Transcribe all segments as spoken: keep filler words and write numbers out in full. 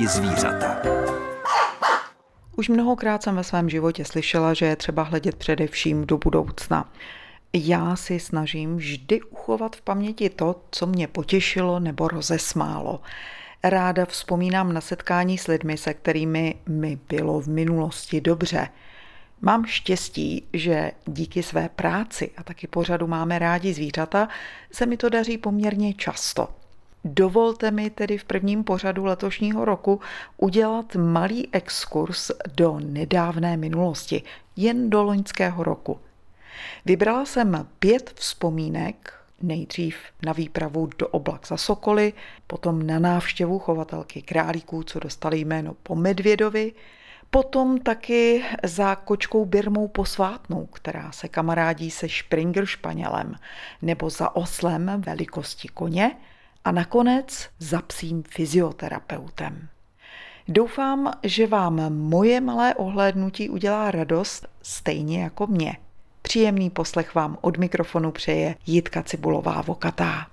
rádi zvířata. Už mnohokrát jsem ve svém životě slyšela, že je třeba hledět především do budoucna. Já si snažím vždy uchovat v paměti to, co mě potěšilo nebo rozesmálo. Ráda vzpomínám na setkání s lidmi, se kterými mi bylo v minulosti dobře. Mám štěstí, že díky své práci a taky pořadu Máme rádi zvířata se mi to daří poměrně často. Dovolte mi tedy v prvním pořadu letošního roku udělat malý exkurs do nedávné minulosti, jen do loňského roku. Vybrala jsem pět vzpomínek, nejdřív na výpravu do Oblak za sokoly, potom na návštěvu chovatelky králíků, co dostali jméno po medvědovi, potom taky za kočkou Birmou posvátnou, která se kamarádí se Springer španělem, nebo za oslem velikosti koně a nakonec za psím fyzioterapeutem. Doufám, že vám moje malé ohlédnutí udělá radost stejně jako mě. Příjemný poslech vám od mikrofonu přeje Jitka Cibulová-Vokatá.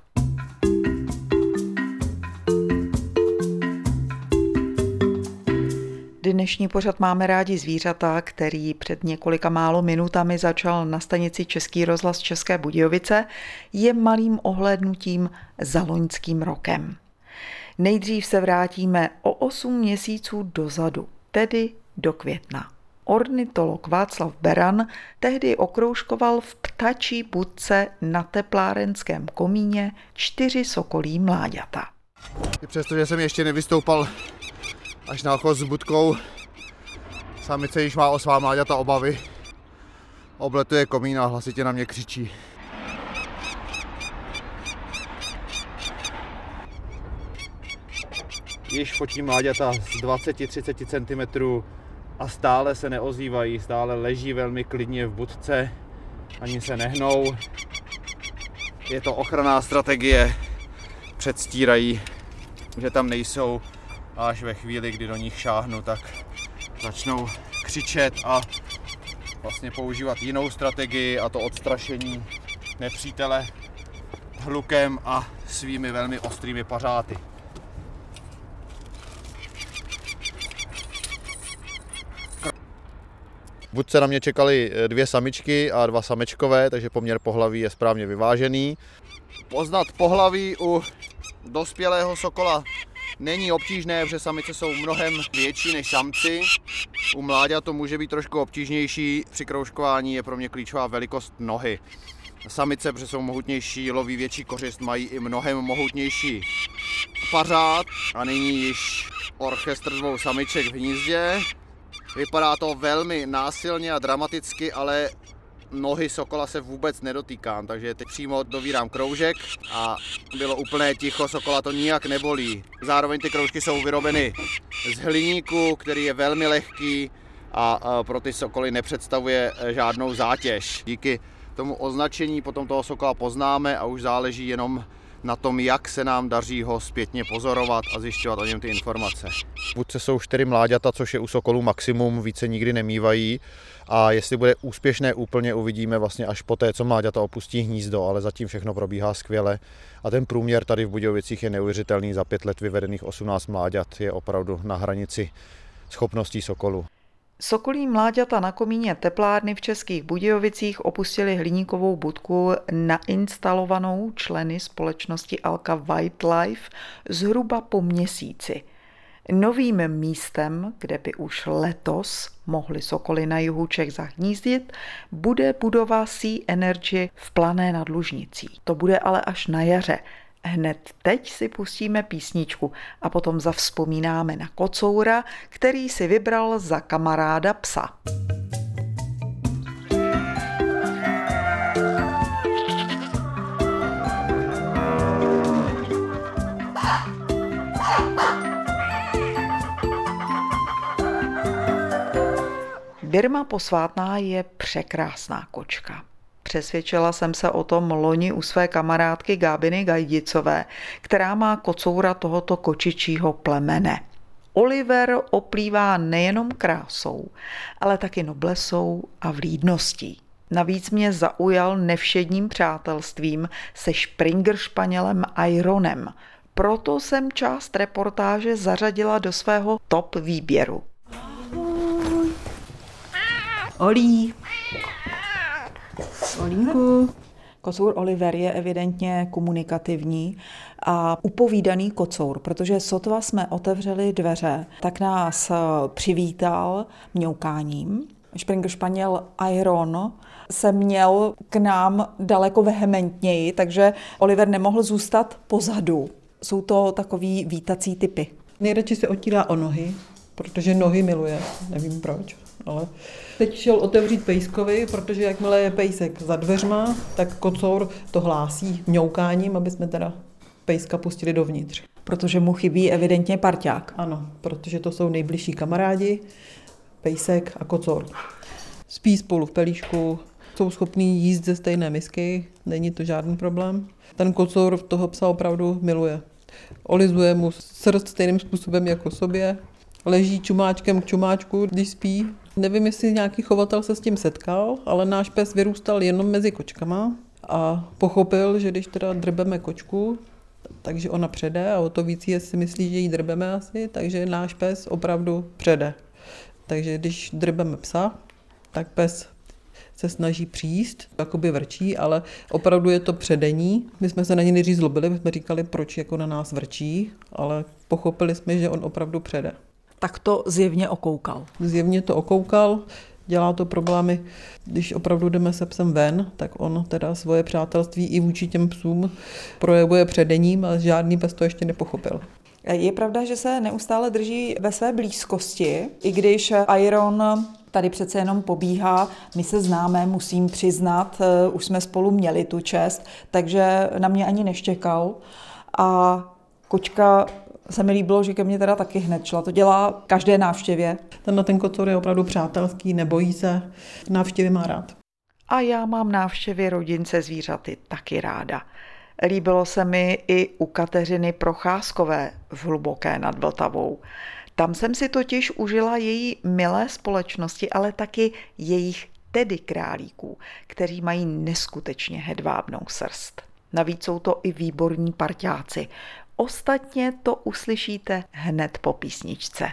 Dnešní pořad Máme rádi zvířata, který před několika málo minutami začal na stanici Český rozhlas České Budějovice, je malým ohlédnutím za loňským rokem. Nejdřív se vrátíme o osm měsíců dozadu, tedy do května. Ornitolog Václav Beran tehdy okroužkoval v ptačí budce na teplárenském komíně čtyři sokolí mláďata. Přestože jsem ještě nevystoupal až na ochod s budkou, samice již má o svá mláďata obavy. Obletuje komín a hlasitě na mě křičí. Již fotím mláďata z dvacet až třicet centimetrů a stále se neozývají, stále leží velmi klidně v budce, ani se nehnou. Je to ochranná strategie, předstírají, že tam nejsou, a až ve chvíli, kdy do nich šáhnu, tak začnou křičet a vlastně používat jinou strategii, a to odstrašení nepřítele hlukem a svými velmi ostrými pařáty. V budce na mě čekaly dvě samičky a dva samečkové, takže poměr pohlaví je správně vyvážený. Poznat pohlaví u dospělého sokola není obtížné, protože samice jsou mnohem větší než samci. U mláďat to může být trošku obtížnější. Při kroužkování je pro mě klíčová velikost nohy. Samice, protože jsou mohutnější, loví větší kořist, mají i mnohem mohutnější pařád. A nyní již orchestr dvou samiček v hnízdě. Vypadá to velmi násilně a dramaticky, ale nohy sokola se vůbec nedotýkám, takže teď přímo dovírám kroužek a bylo úplné ticho, sokola to nijak nebolí. Zároveň ty kroužky jsou vyrobeny z hliníku, který je velmi lehký a pro ty sokoly nepředstavuje žádnou zátěž. Díky tomu označení potom toho sokola poznáme a už záleží jenom na tom, jak se nám daří ho zpětně pozorovat a zjišťovat o něm ty informace. V budce jsou čtyři mláďata, což je u sokolů maximum, více nikdy nemívají, a jestli bude úspěšné úplně, uvidíme vlastně až poté, co mláďata opustí hnízdo, ale zatím všechno probíhá skvěle a ten průměr tady v Budějovicích je neuvěřitelný. Za pět let vyvedených osmnáct mláďat je opravdu na hranici schopností sokolů. Sokolí mláďata na komíně teplárny v Českých Budějovicích opustili hliníkovou budku nainstalovanou členy společnosti Alka Wildlife zhruba po měsíci. Novým místem, kde by už letos mohli sokoly na jihu Čech zahnízdit, bude budova Sea Energy v Plané nad Lužnicí. To bude ale až na jaře. Hned teď si pustíme písničku a potom zavzpomínáme na kocoura, který si vybral za kamaráda psa. Birma posvátná je překrásná kočka. Přesvědčila jsem se o tom loni u své kamarádky Gábiny Gajdicové, která má kocoura tohoto kočičího plemene. Oliver oplývá nejenom krásou, ale taky noblesou a vlídností. Navíc mě zaujal nevšedním přátelstvím se Springer španělem Ironem, Proto jsem část reportáže zařadila do svého top výběru. Olí. Olínku. Kocour Oliver je evidentně komunikativní a upovídaný kocour, protože sotva jsme otevřeli dveře, tak nás přivítal mňoukáním. Springer Španěl Iron se měl k nám daleko vehementněji, takže Oliver nemohl zůstat pozadu. Jsou to takový vítací typy. Nejradši se otírá o nohy, protože nohy miluje, nevím proč. Ale teď šel otevřít pejskovi, protože jakmile je pejsek za dveřma, tak kocour to hlásí mňoukáním, aby jsme teda pejska pustili dovnitř. Protože mu chybí evidentně parťák. Ano, protože to jsou nejbližší kamarádi, pejsek a kocour. Spí spolu v pelíšku, jsou schopní jíst ze stejné misky, není to žádný problém. Ten kocour toho psa opravdu miluje. Olizuje mu srst stejným způsobem jako sobě, leží čumáčkem k čumáčku, když spí. Nevím, jestli nějaký chovatel se s tím setkal, ale náš pes vyrůstal jenom mezi kočkama a pochopil, že když teda drbeme kočku, takže ona přede a o to víc je si myslí, že jí drbeme asi, takže náš pes opravdu přede. Takže když drbeme psa, tak pes se snaží přijíst, jakoby vrčí, ale opravdu je to předení. My jsme se na něj nejdřív zlobili, my jsme říkali, proč jako na nás vrčí, ale pochopili jsme, že on opravdu přede. Tak to zjevně okoukal. Zjevně to okoukal, dělá to problémy, když opravdu jdeme se psem ven, tak on teda svoje přátelství i vůči těm psům projevuje předením, ale žádný pes to ještě nepochopil. Je pravda, že se neustále drží ve své blízkosti, i když Iron tady přece jenom pobíhá, my se známe, musím přiznat, už jsme spolu měli tu čest, takže na mě ani neštěkal a kočka se mi líbilo, že ke mně teda taky hned šla. To dělá každé návštěvě. Tenhle ten kocour je opravdu přátelský, nebojí se, návštěvy má rád. A já mám návštěvy rodin se zvířaty taky ráda. Líbilo se mi i u Kateřiny Procházkové v Hluboké nad Vltavou. Tam jsem si totiž užila její milé společnosti, ale taky jejich tedy králíků, kteří mají neskutečně hedvábnou srst. Navíc jsou to i výborní parťáci. Ostatně to uslyšíte hned po písničce.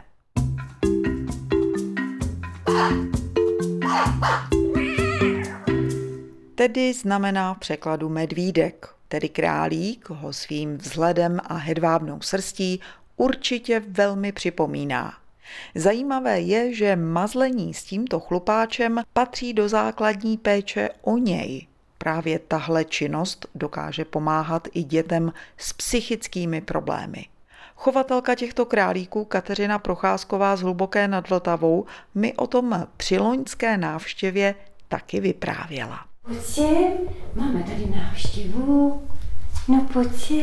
Tedy znamená v překladu medvídek, tedy králík ho svým vzhledem a hedvábnou srstí určitě velmi připomíná. Zajímavé je, že mazlení s tímto chlupáčem patří do základní péče o něj. Právě tahle činnost dokáže pomáhat i dětem s psychickými problémy. Chovatelka těchto králíků Kateřina Procházková z Hluboké nad Vltavou mi o tom při loňské návštěvě taky vyprávěla. Pojďte, máme tady návštěvu. No pojďte.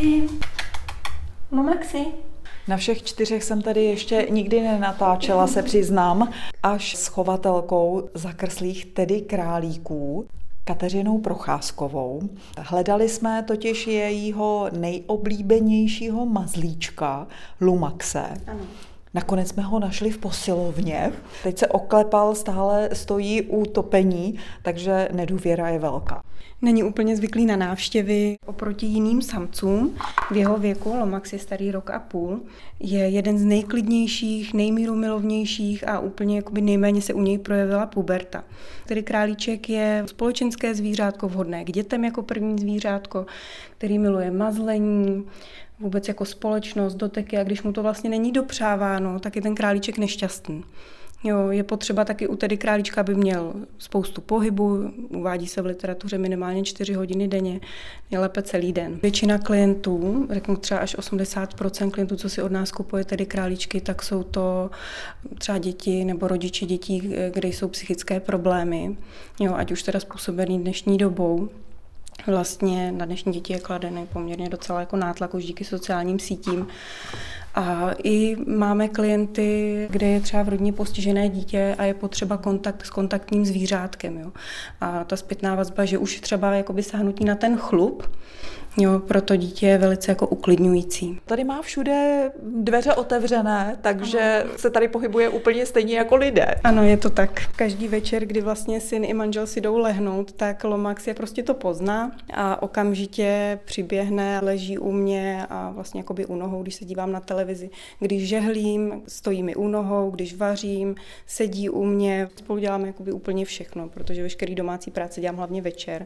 No Maxi. Na všech čtyřech jsem tady ještě nikdy nenatáčela, se přiznám, až s chovatelkou zakrslých tedy králíků, Kateřinou Procházkovou. Hledali jsme totiž jejího nejoblíbenějšího mazlíčka, Lumaxe. Ano. Nakonec jsme ho našli v posilovně. Teď se oklepal, stále stojí u topení, takže nedůvěra je velká. Není úplně zvyklý na návštěvy oproti jiným samcům. V jeho věku, Lomax je starý rok a půl, je jeden z nejklidnějších, nejmírumilovnějších a úplně jakoby nejméně se u něj projevila puberta. Tedy králíček je společenské zvířátko vhodné k dětem jako první zvířátko, který miluje mazlení, vůbec jako společnost, doteky a když mu to vlastně není dopřáváno, tak je ten králíček nešťastný. Jo, je potřeba taky u tedy králíčka, aby měl spoustu pohybu, uvádí se v literatuře minimálně čtyři hodiny denně, nejlépe celý den. Většina klientů, řeknu třeba až osmdesát procent klientů, co si od nás kupuje tedy králíčky, tak jsou to třeba děti nebo rodiče dětí, kde jsou psychické problémy, jo, ať už teda způsobený dnešní dobou. Vlastně na dnešní děti je kladený poměrně docela jako nátlak už díky sociálním sítím. A i máme klienty, kde je třeba v rodině postižené dítě a je potřeba kontakt s kontaktním zvířátkem. Jo. A ta zpětná vazba, že už třeba jakoby sáhnutí na ten chlup, Jo, pro to dítě je velice jako uklidňující. Tady má všude dveře otevřené, takže se tady pohybuje úplně stejně jako lidé. Ano, je to tak. Každý večer, kdy vlastně syn i manžel si jdou lehnout, tak Lomax je prostě to pozná a okamžitě přiběhne, leží u mě a vlastně jakoby u nohou, když se dívám na televizi. Když žehlím, stojí mi u nohou, když vařím, sedí u mě. Spolu děláme jakoby úplně všechno, protože veškerý domácí práce dělám hlavně večer.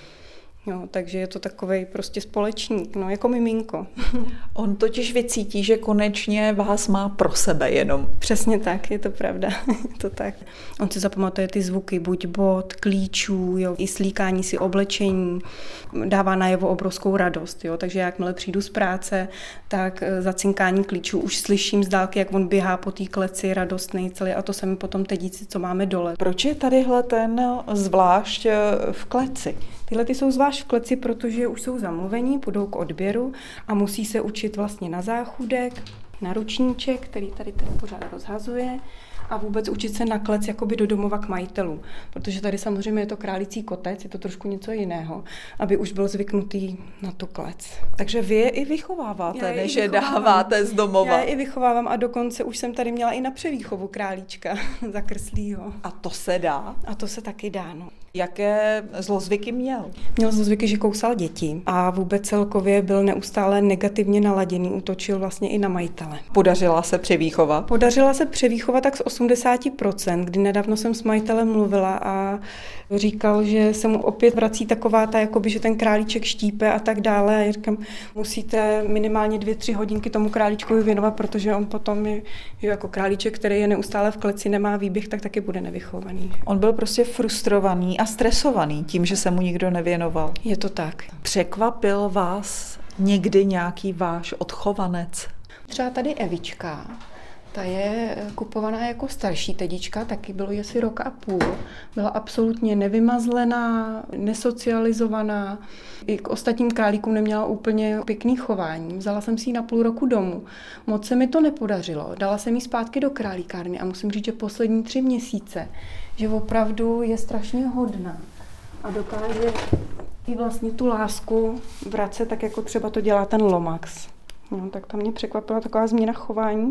No, takže je to takovej prostě společník, no, jako miminko. On totiž vycítí, že konečně vás má pro sebe jenom. Přesně tak, je to pravda, je to tak. On si zapamatuje ty zvuky, buď bod, klíčů, jo, i slíkání si oblečení, dává najevo obrovskou radost, jo, takže jakmile přijdu z práce, tak za cinkání klíčů už slyším z dálky, jak on běhá po té kleci radostnej celý a to se mi potom tedíci, co máme dole. Proč je tadyhle ten zvlášť v kleci? Tyhle ty jsou zvlášť v kleci, protože už jsou zamluvení, půjdou k odběru a musí se učit vlastně na záchůdek, na ručníček, který tady ten pořád rozhazuje a vůbec učit se na klec jakoby do domova k majitelů, protože tady samozřejmě je to králící kotec, je to trošku něco jiného, aby už byl zvyknutý na tu klec. Takže vy je i vychováváte, je než i je dáváte z domova. Já je i vychovávám a dokonce už jsem tady měla i na převýchovu králíčka zakrslýho. A to se dá? A to se taky dá, no. Jaké zlozvyky měl? Měl zlozvyky, že kousal děti a vůbec celkově byl neustále negativně naladěný, útočil vlastně i na majitele. Podařila se převýchova? Podařila se převýchova tak z osmdesát procent, kdy nedávno jsem s majitelem mluvila a říkal, že se mu opět vrací taková ta, jakoby, že ten králíček štípe a tak dále. A já říkám, musíte minimálně dvě, tři hodinky tomu králíčkovi věnovat, protože on potom je, že jako králíček, který je neustále v kleci, nemá výběh, tak taky bude nevychovaný. On byl prostě frustrovaný a stresovaný tím, že se mu nikdo nevěnoval. Je to tak. Překvapil vás někdy nějaký váš odchovanec? Třeba tady Evička. Ta je kupovaná jako starší tedička, taky bylo jí asi rok a půl. Byla absolutně nevymazlená, nesocializovaná. I k ostatním králíkům neměla úplně pěkný chování. Vzala jsem si ji na půl roku domů. Moc se mi to nepodařilo. Dala jsem ji zpátky do králíkárny a musím říct, že poslední tři měsíce, že opravdu je strašně hodná a dokáže i vlastně tu lásku vracet, tak jako třeba to dělá ten Lomax. No, tak tam mě překvapila taková změna chování.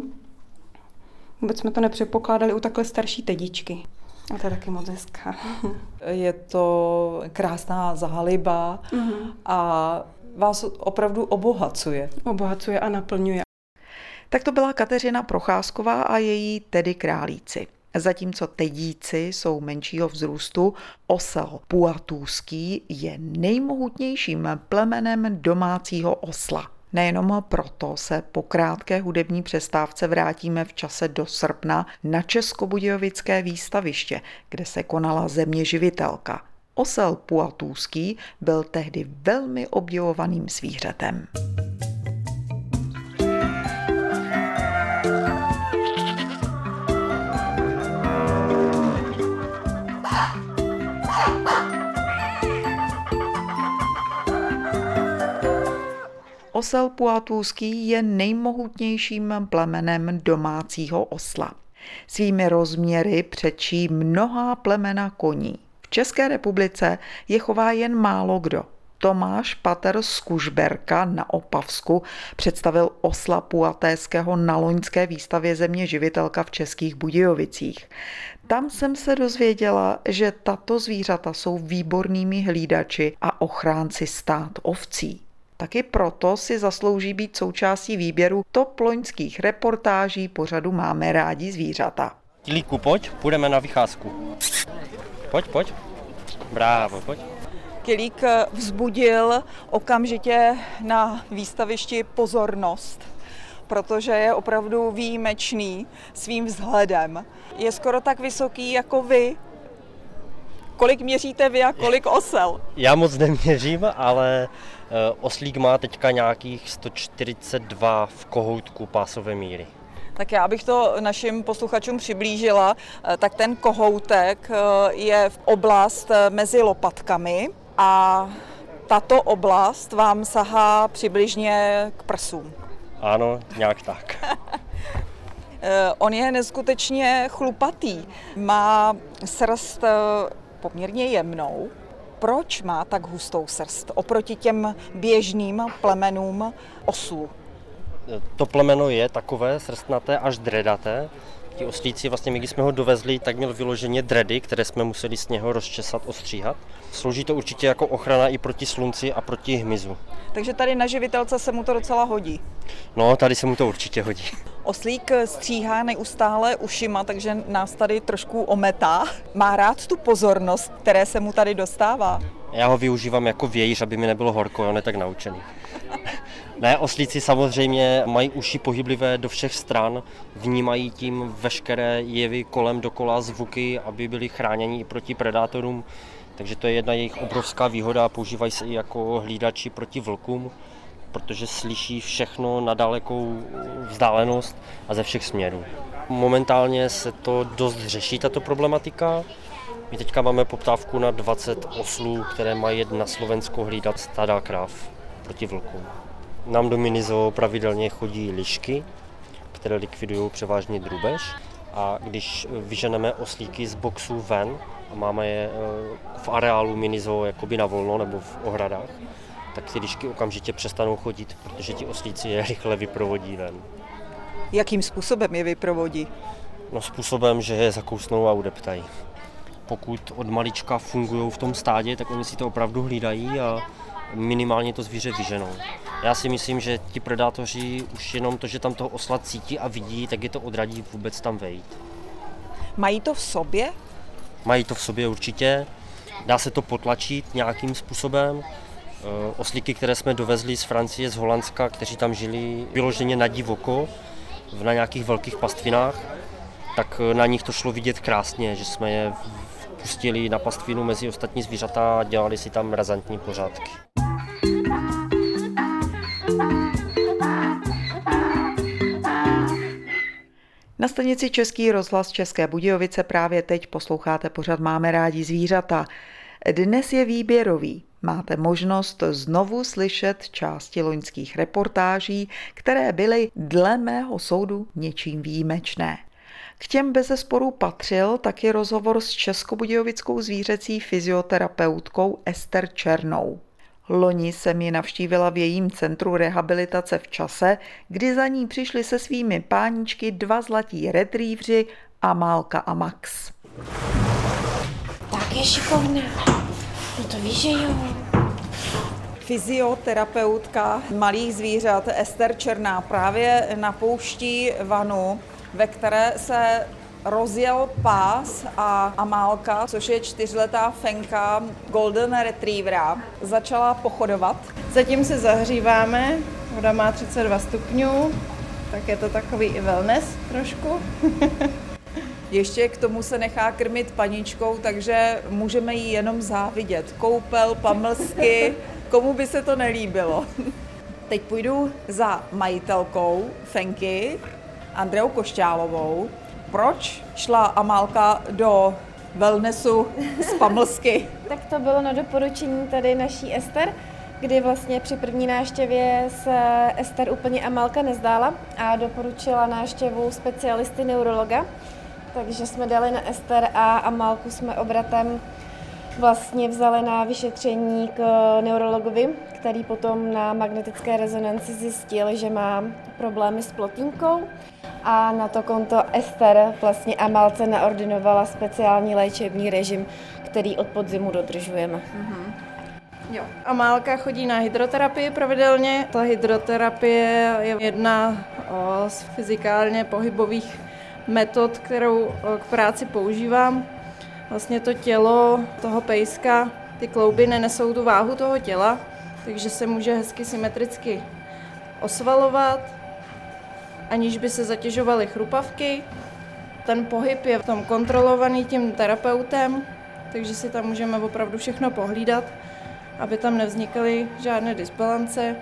Vůbec jsme to nepředpokládali u takhle starší tedičky. A to je taky moc hezká. Je to krásná záliba mm-hmm. a vás opravdu obohacuje. Obohacuje a naplňuje. Tak to byla Kateřina Procházková a její tedy králíci. Zatímco tedíci jsou menšího vzrůstu, osel puatůský je nejmohutnějším plemenem domácího osla. Nejenom proto se po krátké hudební přestávce vrátíme v čase do srpna na Českobudějovické výstaviště, kde se konala Země živitelka. Osel puatůský byl tehdy velmi obdivovaným zvířetem. Osel puatůský je nejmohutnějším plemenem domácího osla. Svými rozměry předčí mnohá plemena koní. V České republice je chová jen málo kdo. Tomáš Pater z Kužberka na Opavsku představil osla puatéského na loňské výstavě Země živitelka v Českých Budějovicích. Tam jsem se dozvěděla, že tato zvířata jsou výbornými hlídači a ochránci stád ovcí. Taky proto si zaslouží být součástí výběru top loňských reportáží pořadu Máme rádi zvířata. Tilíku, pojď, půjdeme na vycházku. Pojď, pojď. Brávo, pojď. Kilík vzbudil okamžitě na výstavišti pozornost, protože je opravdu výjimečný svým vzhledem. Je skoro tak vysoký jako vy. Kolik měříte vy a kolik osel? Já moc neměřím, ale oslík má teďka nějakých sto čtyřicet dva v kohoutku pásové míry. Tak já bych to našim posluchačům přiblížila. Tak ten kohoutek je v oblast mezi lopatkami a tato oblast vám sahá přibližně k prsům. Ano, nějak tak. On je neskutečně chlupatý. Má srst poměrně jemnou, Proč má tak hustou srst oproti těm běžným plemenům oslů? To plemeno je takové srstnaté až dredaté. Ti oslíci, vlastně my, když jsme ho dovezli, tak měl vyloženě dredy, které jsme museli z něho rozčesat, ostříhat. Slouží to určitě jako ochrana i proti slunci a proti hmyzu. Takže tady na živitelce se mu to docela hodí. No, tady se mu to určitě hodí. Oslík stříhá neustále ušima, takže nás tady trošku ometá. Má rád tu pozornost, které se mu tady dostává. Já ho využívám jako vějíř, aby mi nebylo horko, on je tak naučený. Ne, oslíci samozřejmě mají uši pohyblivé do všech stran, vnímají tím veškeré jevy kolem dokola, zvuky, aby byli chráněni i proti predátorům. Takže to je jedna jejich obrovská výhoda, používají se i jako hlídači proti vlkům, protože slyší všechno na dalekou vzdálenost a ze všech směrů. Momentálně se to dost řeší, tato problematika. My teďka máme poptávku na dvacet oslů, které mají jet na Slovensko hlídat stáda kráv proti vlkům. Nám do minizoo pravidelně chodí lišky, které likvidují převážně drůbež. A když vyženeme oslíky z boxů ven a máme je v areálu minizoo jakoby na volno nebo v ohradách, tak ty lišky okamžitě přestanou chodit, protože ti oslíci je rychle vyprovodí ven. Jakým způsobem je vyprovodí? No způsobem, že je zakousnou a udeptají. Pokud od malička fungují v tom stádě, tak oni si to opravdu hlídají a minimálně to zvíře vyženou. Já si myslím, že ti predátoři už jenom to, že tam toho osla cítí a vidí, tak je to odradí vůbec tam vejít. Mají to v sobě? Mají to v sobě určitě. Dá se to potlačit nějakým způsobem. Oslíky, které jsme dovezli z Francie, z Holandska, kteří tam žili vyloženě na divoko, na nějakých velkých pastvinách, tak na nich to šlo vidět krásně, že jsme je pustili na pastvinu mezi ostatní zvířata a dělali si tam razantní pořádky. Na stanici Český rozhlas České Budějovice právě teď posloucháte pořad Máme rádi zvířata. Dnes je výběrový. Máte možnost znovu slyšet části loňských reportáží, které byly dle mého soudu něčím výjimečné. K těm bezesporu patřil taky rozhovor s českobudějovickou zvířecí fyzioterapeutkou Ester Černou. Loni jsem ji navštívila v jejím centru rehabilitace v čase, kdy za ní přišli se svými páničky dva zlatí retrievři Amálka a Max. Tak je šikovná. No to víš, že jo. Fyzioterapeutka malých zvířat Ester Černá právě napouští vanu, ve které se rozjel pás a Amálka, což je čtyřletá fenka Golden Retrievera, začala pochodovat. Zatím se zahříváme, voda má třicet dva stupňů, tak je to takový i wellness trošku. Ještě k tomu se nechá krmit paničkou, takže můžeme jí jenom závidět. Koupel, pamlsky, komu by se to nelíbilo. Teď půjdu za majitelkou fenky, Andreou Košťálovou. Proč šla Amálka do wellnessu z pamlsky? Tak to bylo na doporučení tady naší Ester, kdy vlastně při první návštěvě se Ester úplně Amálka nezdála a doporučila návštěvu specialisty neurologa. Takže jsme dali na Ester a Amálku jsme obratem vlastně vzali na vyšetření k neurologovi, který potom na magnetické rezonanci zjistil, že má problémy s plotínkou. A na to konto Ester vlastně Amálce naordinovala speciální léčebný režim, který od podzimu dodržujeme. Mm-hmm. Jo. Amálka chodí na hydroterapii pravidelně. Ta hydroterapie je jedna o, z fyzikálně pohybových metod, kterou o, k práci používám. Vlastně to tělo toho pejska, ty klouby nenesou tu váhu toho těla, takže se může hezky symetricky osvalovat, aniž by se zatěžovaly chrupavky. Ten pohyb je v tom kontrolovaný tím terapeutem, takže si tam můžeme opravdu všechno pohlídat, aby tam nevznikaly žádné disbalance.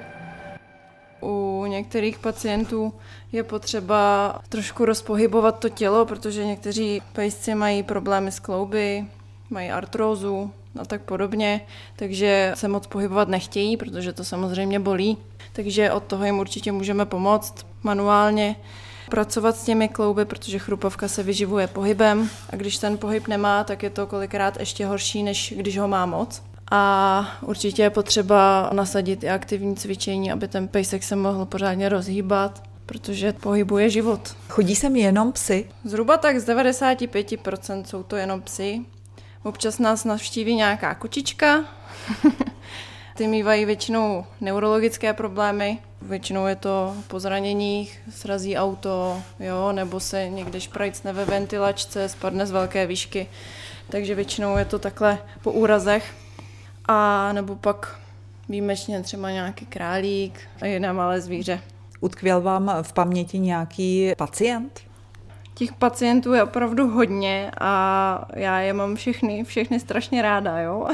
U některých pacientů je potřeba trošku rozpohybovat to tělo, protože někteří pejsci mají problémy s klouby, mají artrózu a tak podobně, takže se moc pohybovat nechtějí, protože to samozřejmě bolí. Takže od toho jim určitě můžeme pomoct manuálně pracovat s těmi klouby, protože chrupavka se vyživuje pohybem a když ten pohyb nemá, tak je to kolikrát ještě horší, než když ho má moc. A určitě je potřeba nasadit i aktivní cvičení, aby ten pejsek se mohl pořádně rozhýbat, protože pohybuje život. Chodí sem jenom psy? Zhruba tak z devadesát pět procent jsou to jenom psy. Občas nás navštíví nějaká kočička. Ty mývají většinou neurologické problémy. Většinou je to po zraněních, srazí auto, jo, nebo se někde šprajcne ve ventilačce, spadne z velké výšky. Takže většinou je to takhle po úrazech. A nebo pak výjimečně třeba nějaký králík a jiné malé zvíře. Utkvěl vám v paměti nějaký pacient? Těch pacientů je opravdu hodně a já je mám všechny, všechny strašně ráda, jo.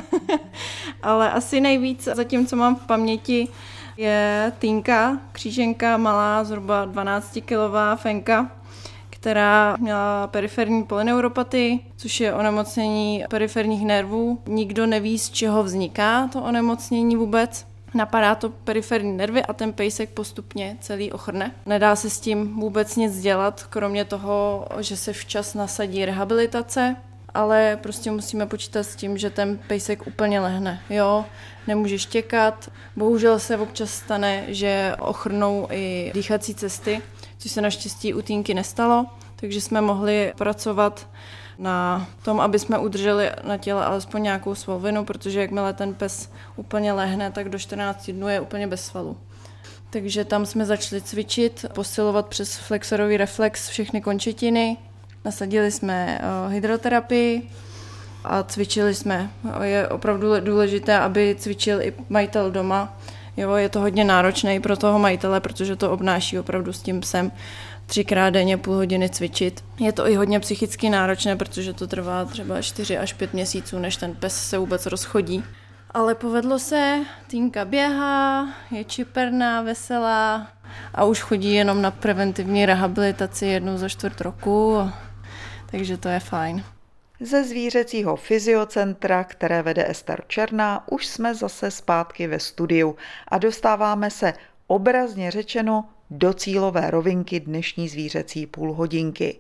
Ale asi nejvíc zatím, co mám v paměti, je Týnka, kříženka, malá, zhruba dvanáctikilová fenka, která měla periferní polyneuropatii, což je onemocnění periferních nervů. Nikdo neví, z čeho vzniká to onemocnění vůbec. Napadá to periferní nervy a ten pejsek postupně celý ochrne. Nedá se s tím vůbec nic dělat, kromě toho, že se včas nasadí rehabilitace, ale prostě musíme počítat s tím, že ten pejsek úplně lehne. Jo, nemůže štěkat. Bohužel se občas stane, že ochrnou i dýchací cesty, což se naštěstí u Týnky nestalo, takže jsme mohli pracovat na tom, aby jsme udrželi na těle alespoň nějakou svalvinu, protože jakmile ten pes úplně lehne, tak do čtrnácti dnů je úplně bez svalu. Takže tam jsme začali cvičit, posilovat přes flexorový reflex všechny končetiny. Nasadili jsme hydroterapii a cvičili jsme. Je opravdu důležité, aby cvičil i majitel doma. Jo, je to hodně náročné pro toho majitele, protože to obnáší opravdu s tím psem třikrát denně půl hodiny cvičit. Je to i hodně psychicky náročné, protože to trvá třeba čtyři až pět měsíců, než ten pes se vůbec rozchodí. Ale povedlo se, Týnka běhá, je čiperná, veselá a už chodí jenom na preventivní rehabilitaci jednou za čtvrt roku, takže to je fajn. Ze zvířecího fyziocentra, které vede Ester Černá, už jsme zase zpátky ve studiu a dostáváme se obrazně řečeno do cílové rovinky dnešní zvířecí půlhodinky.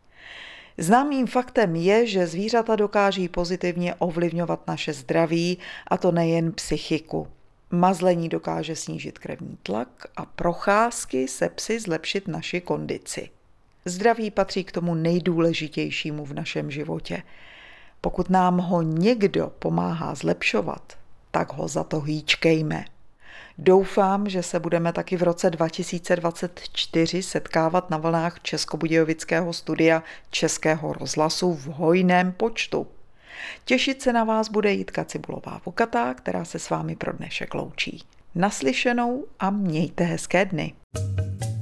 Známým faktem je, že zvířata dokáží pozitivně ovlivňovat naše zdraví, a to nejen psychiku. Mazlení dokáže snížit krevní tlak a procházky se psy zlepšit naši kondici. Zdraví patří k tomu nejdůležitějšímu v našem životě. Pokud nám ho někdo pomáhá zlepšovat, tak ho za to hýčkejme. Doufám, že se budeme taky v roce dva tisíce dvacet čtyři setkávat na vlnách Českobudějovického studia Českého rozhlasu v hojném počtu. Těšit se na vás bude Jitka Cibulová-Vokatá, která se s vámi pro dnešek loučí. Naslyšenou a mějte hezké dny.